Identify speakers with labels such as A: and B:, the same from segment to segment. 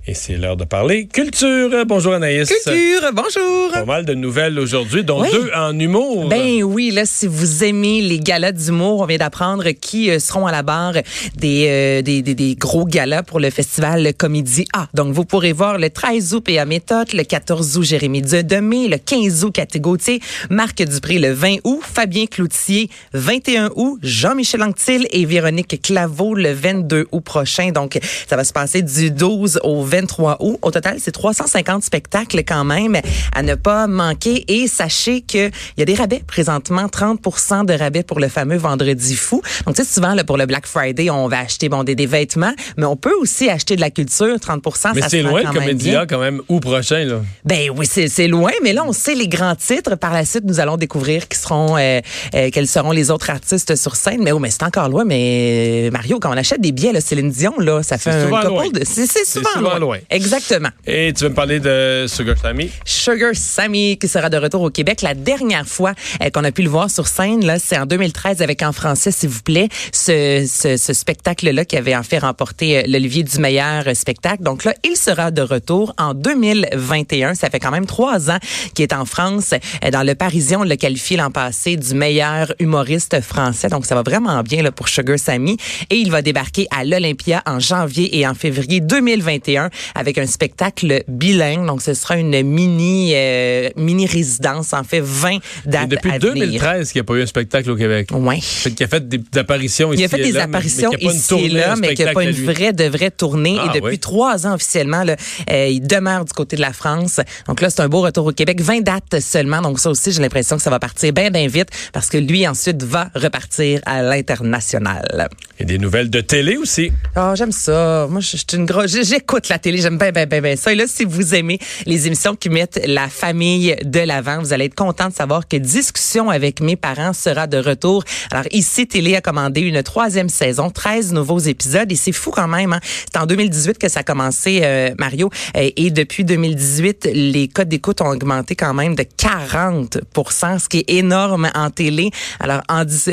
A: Et c'est l'heure de parler culture. Bonjour Anaïs.
B: Culture, bonjour.
A: Pas mal de nouvelles aujourd'hui, dont deux en humour.
B: Ben oui, là, si vous aimez les galas d'humour, on vient d'apprendre qui seront à la barre des gros galas pour le festival Comédie A. Donc, vous pourrez voir le 13 août P.A. Méthode, le 14 août Jérémy Demé, le 15 août Cathy Gauthier, Marc Dupré le 20 août, Fabien Cloutier 21 août, Jean-Michel Anctil et Véronique Claveau le 22 août prochain. Donc, ça va se passer du 12 au 23 août. Au total, c'est 350 spectacles quand même à ne pas manquer. Et sachez qu'il y a des rabais présentement, 30% de rabais pour le fameux Vendredi fou. Donc, tu sais, souvent, là, pour le Black Friday, on va acheter des vêtements, mais on peut aussi acheter de la culture, 30%.
A: Mais
B: ça
A: c'est
B: se
A: loin,
B: rend
A: le Comédia, quand même, août prochain, là.
B: Ben oui, c'est loin, mais là, on sait les grands titres. Par la suite, nous allons découvrir quels seront les autres artistes sur scène. Mais mais c'est encore loin. Mais Mario, quand on achète des billets, là, Céline Dion, là, ça fait un couple de... C'est souvent loin. Exactement.
A: Et tu veux me parler de Sugar Sammy?
B: Sugar Sammy, qui sera de retour au Québec. La dernière fois qu'on a pu le voir sur scène, là, c'est en 2013 avec En français, s'il vous plaît, ce spectacle-là qui avait en fait remporté l'Olivier du meilleur spectacle. Donc là, il sera de retour en 2021. Ça fait quand même 3 ans qu'il est en France. Dans Le Parisien, on l'a qualifié l'an passé du meilleur humoriste français. Donc ça va vraiment bien là, pour Sugar Sammy. Et il va débarquer à l'Olympia en janvier et en février 2021 avec un spectacle bilingue. Donc ce sera une mini résidence, en fait 20 dates.
A: Et depuis 2013 qu'il n'y a pas eu un spectacle au Québec.
B: Oui.
A: Il a fait des apparitions ici et là.
B: Il a fait des apparitions ici et là, mais qu'il n'y a pas une vraie tournée. Et depuis 3 ans officiellement, là, il demeure du côté de la France. Donc là, c'est un beau retour au Québec. 20 dates seulement. Donc ça aussi, j'ai l'impression que ça va partir bien vite parce que lui, ensuite, va repartir à l'international.
A: Et des nouvelles de télé aussi.
B: Oh, j'aime ça. Moi, je suis une grosse... J'écoute la télé. J'aime bien ça. Et là, si vous aimez les émissions qui mettent la famille de l'avant, vous allez être content de savoir que Discussion avec mes parents sera de retour. Alors ici, Télé a commandé une 3e saison, 13 nouveaux épisodes. Et c'est fou quand même. Hein? C'est en 2018 que ça a commencé, Mario. Et depuis 2018, les codes d'écoute ont augmenté quand même de 40%, ce qui est énorme en télé. Alors,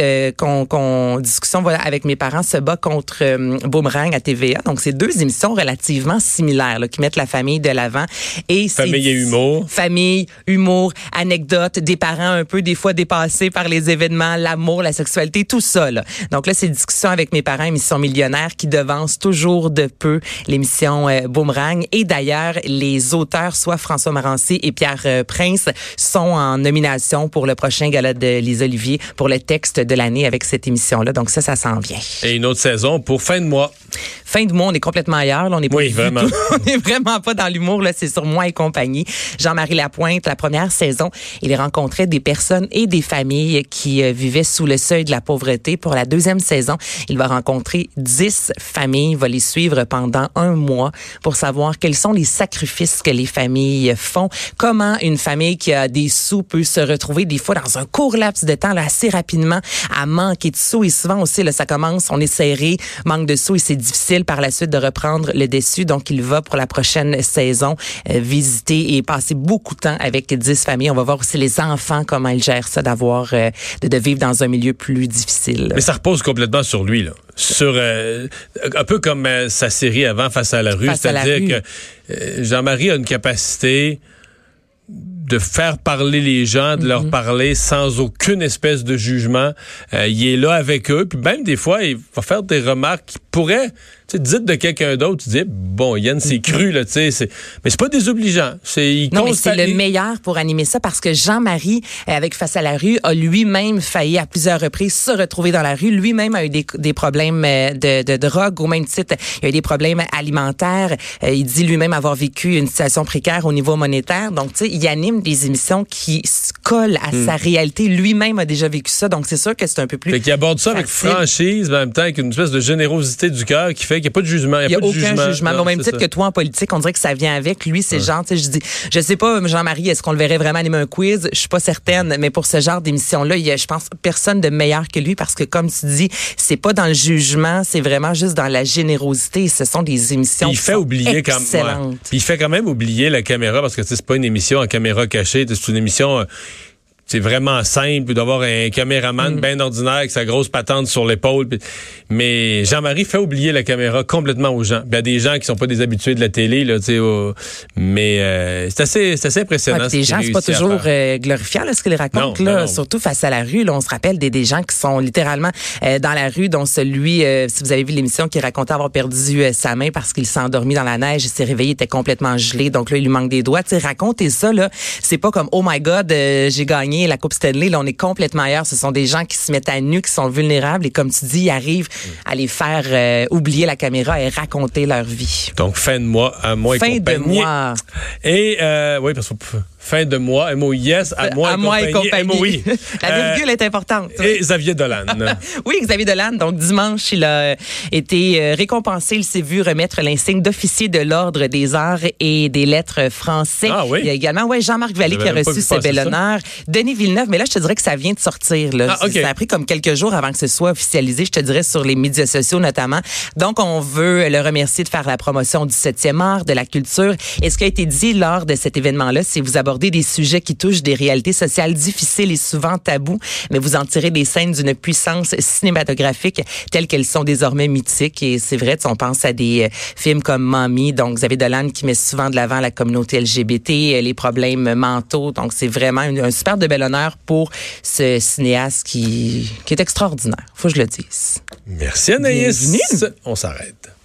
B: Discussion avec mes parents se bat contre Boomerang à TVA. Donc, c'est 2 émissions relativement similaires là, qui mettent la famille de l'avant. Et
A: famille et humour.
B: Famille, humour, anecdotes, des parents un peu des fois dépassés par les événements, l'amour, la sexualité, tout ça. Là. Donc là, c'est Discussion avec mes parents, émission millionnaire qui devance toujours de peu l'émission Boomerang. Et d'ailleurs, les auteurs, soit François Morancy et Pierre Prince, sont en nomination pour le prochain gala de Les Oliviers pour le texte de l'année avec cette émission-là. Donc ça s'en vient.
A: Et une autre saison pour fin de mois.
B: Fin de mois, on est complètement ailleurs. Là, on est pas
A: vraiment.
B: On n'est vraiment pas dans l'humour. Là, c'est sur Moi et compagnie. Jean-Marie Lapointe, la première saison, il rencontrait des personnes et des familles qui vivaient sous le seuil de la pauvreté. Pour la 2e saison, il va rencontrer 10 familles. Il va les suivre pendant 1 mois pour savoir quels sont les sacrifices que les familles font. Comment une famille qui a des sous peut se retrouver des fois dans un court laps de temps, là, assez rapidement, à manquer de sous. Et souvent aussi, là, ça commence, on est serré, manque de sous et c'est difficile par la suite de reprendre le dessus. Donc, il va pour la prochaine saison visiter et passer beaucoup de temps avec 10 familles. On va voir aussi les enfants, comment ils gèrent ça, de vivre dans un milieu plus difficile.
A: Mais ça repose complètement sur lui, là. Sur un peu comme sa série avant, Face à la rue. C'est-à-dire que Jean-Marie a une capacité de faire parler les gens, de leur parler sans aucune espèce de jugement. Il est là avec eux. Puis même des fois, il va faire des remarques qui pourraient... Tu sais, dites de quelqu'un d'autre, tu dis, bon, Yann, c'est cru, là, tu sais. Mais c'est pas désobligeant.
B: Mais c'est le meilleur pour animer ça parce que Jean-Marie, avec Face à la rue, a lui-même failli à plusieurs reprises se retrouver dans la rue. Lui-même a eu des problèmes de drogue. Au même titre, il a eu des problèmes alimentaires. Il dit lui-même avoir vécu une situation précaire au niveau monétaire. Donc, tu sais, il anime des émissions qui se collent à sa réalité. Lui-même a déjà vécu ça. Donc, c'est sûr que c'est un peu plus
A: fait qu'il aborde ça avec franchise, mais en même temps avec une espèce de générosité du cœur qui fait qu'il n'y a pas de jugement.
B: Il n'y a aucun jugement. Mais au même titre que toi, en politique, on dirait que ça vient avec. Lui, c'est genre, tu sais, je sais pas, Jean-Marie, est-ce qu'on le verrait vraiment animer un quiz? Je suis pas certaine, mais pour ce genre d'émission-là, il y a, je pense, personne de meilleur que lui parce que, comme tu dis, c'est pas dans le jugement, c'est vraiment juste dans la générosité. Ce sont des émissions
A: il fait oublier
B: excellentes.
A: Il fait quand même oublier la caméra parce que c'est pas une émission en caméra cachée, c'est une émission c'est vraiment simple d'avoir un caméraman bien ordinaire avec sa grosse patente sur l'épaule. Mais Jean-Marie fait oublier la caméra complètement aux gens. Il y a des gens qui sont pas des habitués de la télé, là, mais c'est assez impressionnant.
B: Des gens, c'est pas toujours glorifiant là, ce qu'ils racontent, non. Surtout face à la rue. Là, on se rappelle des gens qui sont littéralement dans la rue, dont celui, si vous avez vu l'émission, qui racontait avoir perdu sa main parce qu'il s'est endormi dans la neige, il s'est réveillé, il était complètement gelé, donc là, il lui manque des doigts. Racontez ça, là, c'est pas comme « Oh my God, j'ai gagné la Coupe Stanley ». Là, on est complètement ailleurs. Ce sont des gens qui se mettent à nu, qui sont vulnérables et comme tu dis, ils arrivent à les faire oublier la caméra et raconter leur vie.
A: Donc, fin de mois, à moi et compagnie.
B: Fin de mois.
A: Et, oui, parce que fin de mois, M-O-I-S, à moi et compagnie. M-O-I.
B: La virgule est importante.
A: Et Xavier Dolan.
B: Oui, Xavier Dolan. Donc, dimanche, il a été récompensé. Il s'est vu remettre l'insigne d'officier de l'Ordre des arts et des lettres français.
A: Ah oui?
B: Il y a également Jean-Marc Vallée qui a reçu ce bel honneur. Denis Villeneuve, mais là, je te dirais que ça vient de sortir. Là.
A: Okay.
B: Ça a pris comme quelques jours avant que ce soit officialisé, je te dirais, sur les médias sociaux notamment. Donc, on veut le remercier de faire la promotion du 7e art, de la culture. Et ce qui a été dit lors de cet événement-là, c'est vous aborder des sujets qui touchent des réalités sociales difficiles et souvent tabous, mais vous en tirez des scènes d'une puissance cinématographique telles qu'elles sont désormais mythiques. Et c'est vrai, on pense à des films comme Mommy, donc Xavier Dolan qui met souvent de l'avant la communauté LGBT, les problèmes mentaux. Donc, c'est vraiment un super de bel honneur pour ce cinéaste qui est extraordinaire. Faut que je le dise.
A: Merci Anaïs.
B: Bienvenue.
A: On s'arrête.